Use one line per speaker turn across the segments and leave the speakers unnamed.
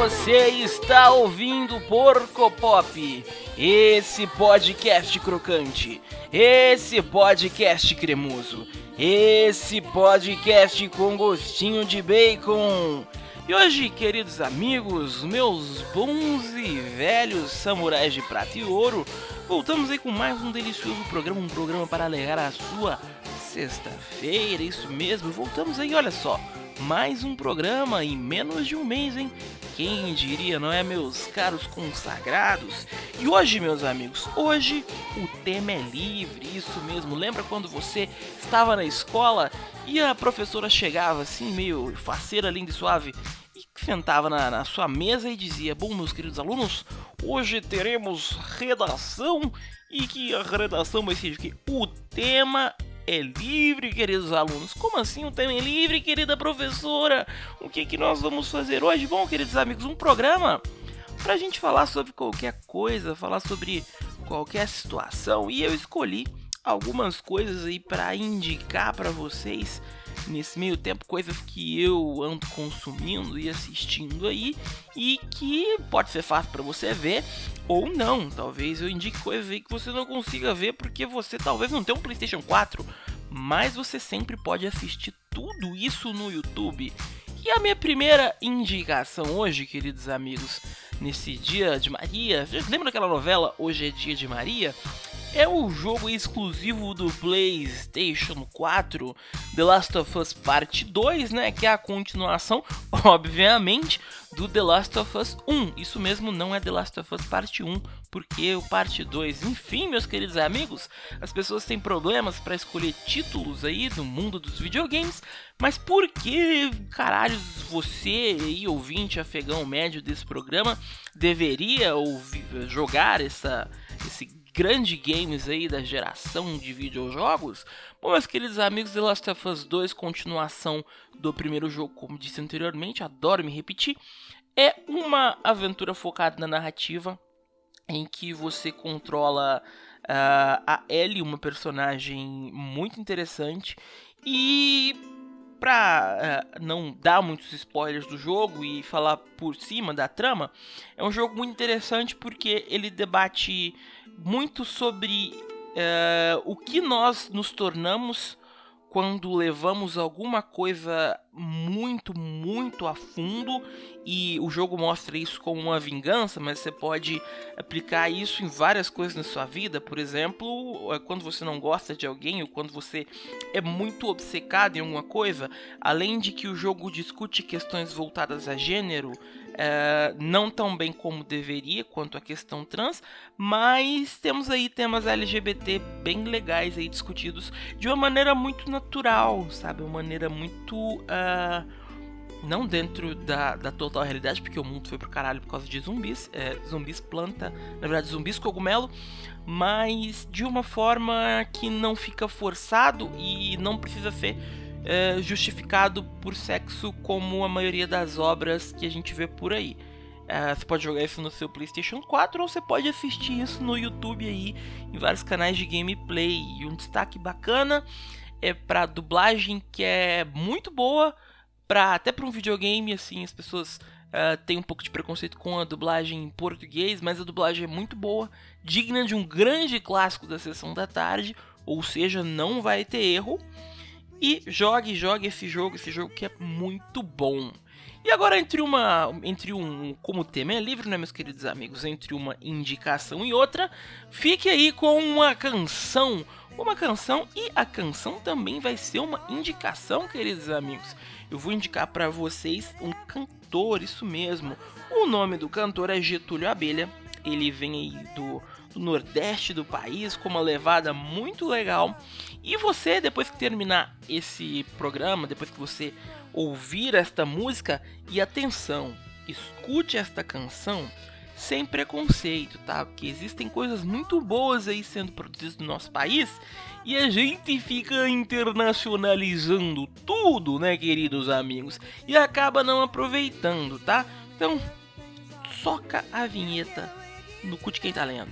Você está ouvindo Porco Pop, esse podcast crocante, esse podcast cremoso, esse podcast com gostinho de bacon. E hoje, queridos amigos, meus bons e velhos samurais de prata e ouro, voltamos aí com mais um delicioso programa, um programa para alegrar a sua sexta-feira, isso mesmo, voltamos aí, olha só, mais um programa em menos de um mês, hein? Quem diria, não é, meus caros consagrados? E hoje, meus amigos, hoje o tema é livre, isso mesmo. Lembra quando você estava na escola e a professora chegava assim, meio faceira, linda e suave, e sentava na sua mesa e dizia: bom, meus queridos alunos, hoje teremos redação, e que a redação vai ser de que o tema é livre, queridos alunos. Como assim o tema é livre, querida professora? O que nós vamos fazer hoje? Bom, queridos amigos, um programa pra gente falar sobre qualquer coisa, falar sobre qualquer situação. E eu escolhi algumas coisas aí pra indicar pra vocês nesse meio tempo, coisas que eu ando consumindo e assistindo aí e que pode ser fácil pra você ver ou não. Talvez eu indique coisas aí que você não consiga ver porque você talvez não tenha um PlayStation 4, mas você sempre pode assistir tudo isso no YouTube. E a minha primeira indicação hoje, queridos amigos, nesse dia de Maria, vocês lembram daquela novela Hoje é Dia de Maria? É o jogo exclusivo do PlayStation 4, The Last of Us Parte 2, né? Que é a continuação, obviamente, do The Last of Us 1. Isso mesmo, não é The Last of Us Parte 1, porque o Parte 2... Enfim, meus queridos amigos, as pessoas têm problemas para escolher títulos aí no mundo dos videogames, mas por que, caralho, você aí, ouvinte afegão médio desse programa, deveria jogar esse grande games aí da geração de videojogos? Bom, meus queridos amigos, The Last of Us 2, continuação do primeiro jogo, como disse anteriormente, adoro me repetir, é uma aventura focada na narrativa, em que você controla a Ellie, uma personagem muito interessante, e pra não dar muitos spoilers do jogo e falar por cima da trama, é um jogo muito interessante porque ele debate muito sobre o que nós nos tornamos quando levamos alguma coisa muito, muito a fundo, e o jogo mostra isso como uma vingança, mas você pode aplicar isso em várias coisas na sua vida. Por exemplo, quando você não gosta de alguém ou quando você é muito obcecado em alguma coisa, além de que o jogo discute questões voltadas a gênero, não tão bem como deveria quanto a questão trans, mas temos aí temas LGBT bem legais aí discutidos de uma maneira muito natural, sabe? Uma maneira muito... não dentro da total realidade, porque o mundo foi pro caralho por causa de zumbis, zumbis planta, na verdade zumbis cogumelo, mas de uma forma que não fica forçado e não precisa ser justificado por sexo como a maioria das obras que a gente vê por aí. Você pode jogar isso no seu PlayStation 4 ou você pode assistir isso no YouTube aí, em vários canais de gameplay. E um destaque bacana é pra dublagem, que é muito boa, até para um videogame. Assim, as pessoas têm um pouco de preconceito com a dublagem em português, mas a dublagem é muito boa, digna de um grande clássico da sessão da tarde, ou seja, não vai ter erro. E jogue esse jogo que é muito bom. E agora, como o tema é livre, né, meus queridos amigos, entre uma indicação e outra, fique aí com uma canção, e a canção também vai ser uma indicação, queridos amigos. Eu vou indicar para vocês um cantor, isso mesmo. O nome do cantor é Getúlio Abelha. Ele vem aí do nordeste do país com uma levada muito legal. E você, depois que terminar esse programa, depois que você ouvir esta música, e atenção, escute esta canção sem preconceito, tá? Porque existem coisas muito boas aí sendo produzidas no nosso país e a gente fica internacionalizando tudo, né, queridos amigos? E acaba não aproveitando, tá? Então, soca a vinheta no cu de quem tá lendo.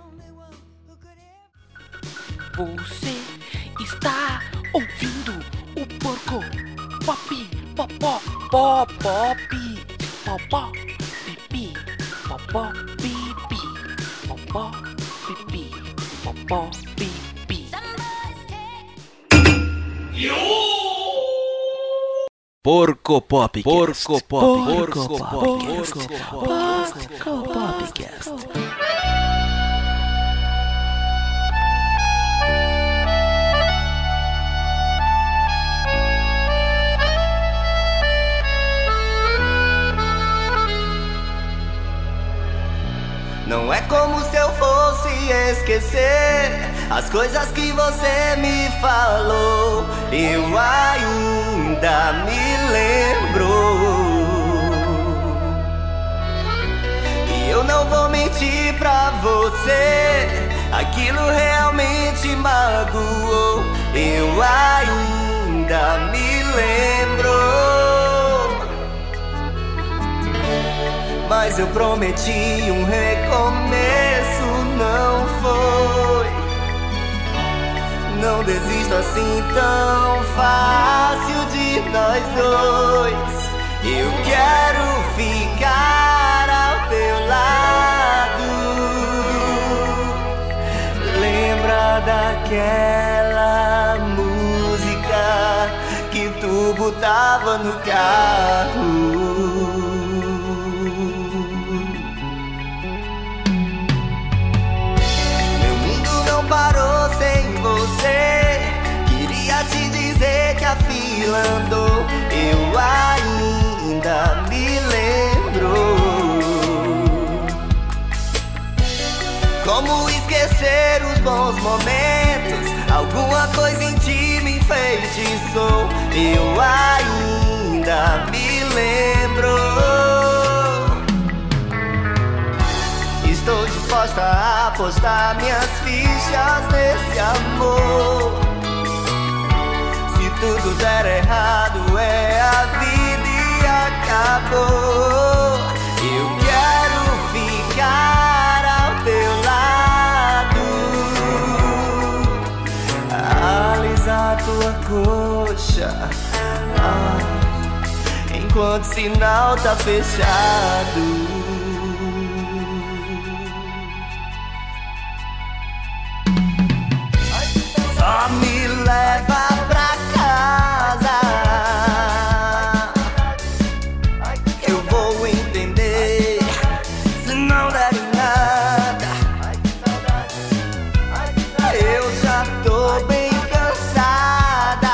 Você está ouvindo o Porco Pop, Popó, Pop, Popó, popó, pipi, popó, pipi, popó, pipi. Porco Popcast. Porco Popcast.
Não é como se eu fosse esquecer as coisas que você me falou. Eu ainda me lembro. E eu não vou mentir pra você, aquilo realmente magoou. Eu ainda me lembro. Mas eu prometi um recomeço, não foi. Não desisto assim tão fácil de nós dois. Eu quero ficar ao teu lado. Lembra daquela música que tu botava no carro? Parou sem você. Queria te dizer que a fila andou. Eu ainda me lembro. Como esquecer os bons momentos? Alguma coisa em ti me enfeitiçou. Eu ainda me lembro. Estou disposta a apostar minhas fichas nesse amor. Se tudo der errado é a vida e acabou. Eu quero ficar ao teu lado, alisar tua coxa, enquanto o sinal tá fechado. Só me leva pra casa, eu vou entender. Se não der em nada, eu já tô bem cansada.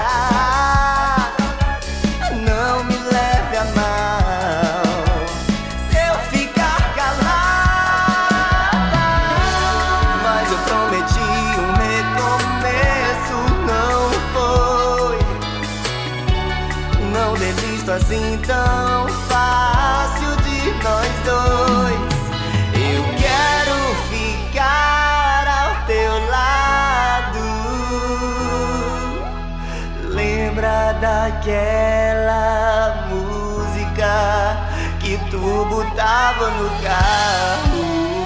Não me leve a mal se eu ficar calada. Mas eu prometi um recomeço, não foi. Não desisto assim tão fácil de nós dois. Eu quero ficar ao teu lado. Lembra daquela música que tu botava no carro?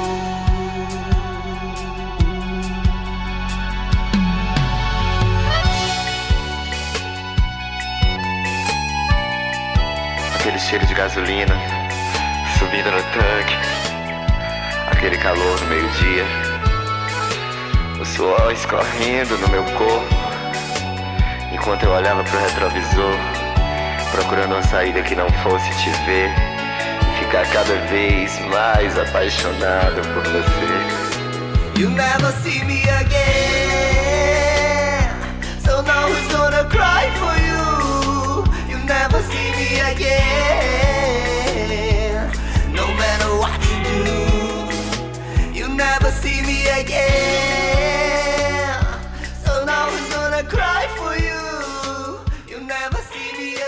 Aquele cheiro de gasolina subindo no tanque, aquele calor no meio-dia, o suor escorrendo no meu corpo, enquanto eu olhava pro retrovisor, procurando uma saída que não fosse te ver e ficar cada vez mais apaixonado por você.
You never see me again, so now who's gonna cry for you? You never see me again, no matter what you do. You never see me again, so now who's gonna cry for you? You never see me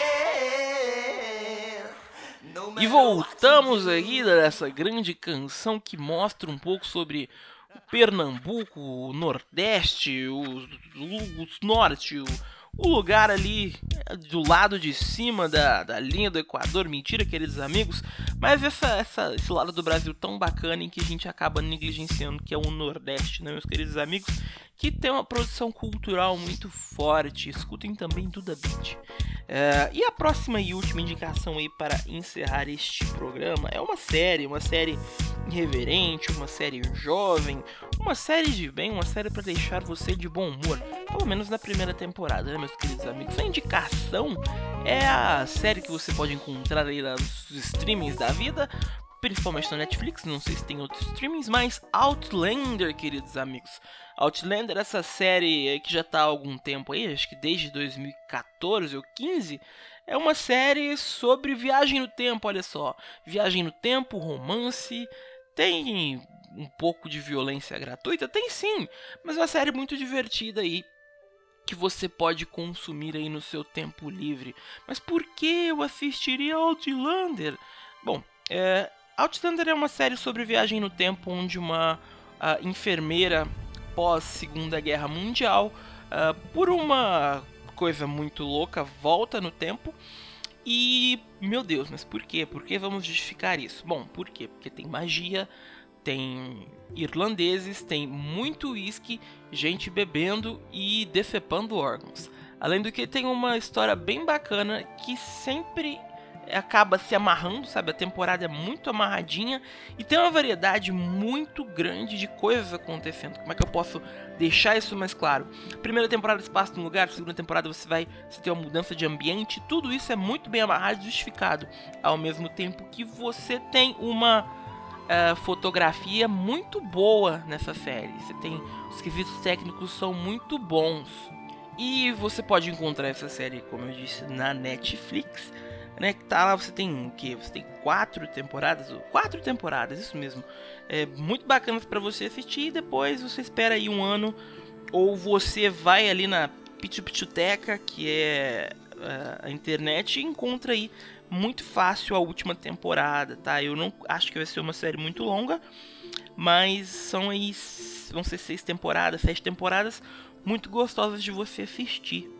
again, no matter
E voltamos aí dessa grande canção que mostra um pouco sobre o Pernambuco, o Nordeste, o Norte, o lugar ali do lado de cima da linha do Equador. Mentira, queridos amigos, mas esse lado do Brasil tão bacana em que a gente acaba negligenciando, que é o Nordeste, né, meus queridos amigos? que tem uma produção cultural muito forte. Escutem também Duda Beat. E a próxima e última indicação aí para encerrar este programa é uma série irreverente, uma série jovem, uma série de bem, uma série para deixar você de bom humor, pelo menos na primeira temporada, né, meus queridos amigos? A indicação é a série que você pode encontrar aí nos streamings da vida, principalmente na Netflix, não sei se tem outros streamings, mas Outlander, queridos amigos. Outlander, essa série que já tá há algum tempo aí, acho que desde 2014 ou 15, é uma série sobre viagem no tempo, olha só. Viagem no tempo, romance, tem um pouco de violência gratuita, tem sim, mas é uma série muito divertida aí, que você pode consumir aí no seu tempo livre. Mas por que eu assistiria Outlander? Bom, Outlander é uma série sobre viagem no tempo, onde uma enfermeira pós Segunda Guerra Mundial, por uma coisa muito louca, volta no tempo. E, meu Deus, mas por quê? Por que vamos justificar isso? Bom, por quê? Porque tem magia, tem irlandeses, tem muito uísque, gente bebendo e decepando órgãos. Além do que tem uma história bem bacana que sempre acaba se amarrando, sabe? A temporada é muito amarradinha e tem uma variedade muito grande de coisas acontecendo. Como é que eu posso deixar isso mais claro? Primeira temporada se passa num lugar, segunda temporada você tem uma mudança de ambiente, tudo isso é muito bem amarrado e justificado, ao mesmo tempo que você tem uma fotografia muito boa nessa série. Você tem, os quesitos técnicos são muito bons. E você pode encontrar essa série, como eu disse, na Netflix, né, que tá lá, você tem o quê? Você tem 4 temporadas, isso mesmo. É muito bacana para você assistir e depois você espera aí um ano, ou você vai ali na Pituteca, que é a internet, e encontra aí muito fácil a última temporada, tá? Eu não acho que vai ser uma série muito longa, mas vão ser 6 temporadas, 7 temporadas muito gostosas de você assistir.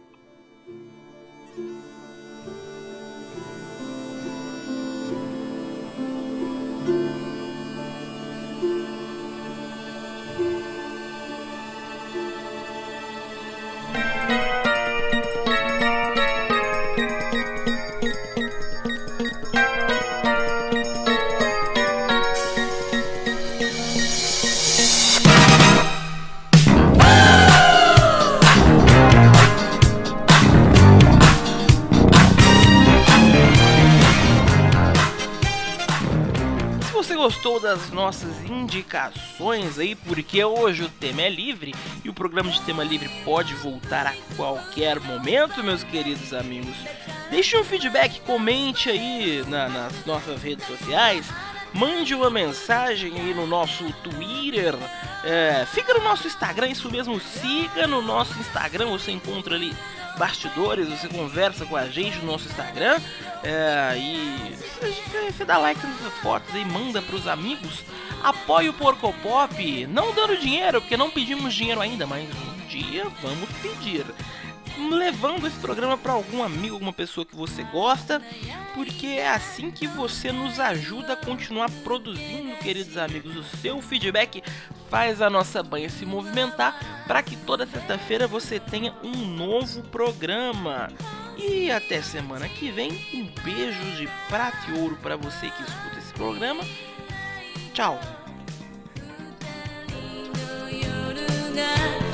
Gostou das nossas indicações aí, porque hoje o tema é livre e o programa de tema livre pode voltar a qualquer momento, meus queridos amigos. Deixe um feedback, comente aí nas nossas redes sociais, mande uma mensagem aí no nosso Twitter, fica no nosso Instagram, isso mesmo, siga no nosso Instagram, você encontra ali bastidores, você conversa com a gente no nosso Instagram, e você dá like nas fotos e manda pros amigos. Apoie o Porco Pop, não dando dinheiro, porque não pedimos dinheiro ainda, mas um dia vamos pedir, levando esse programa para algum amigo, alguma pessoa que você gosta, porque é assim que você nos ajuda a continuar produzindo, queridos amigos. O seu feedback faz a nossa banha se movimentar para que toda sexta-feira você tenha um novo programa. E até semana que vem, um beijo de prata e ouro para você que escuta esse programa. Tchau!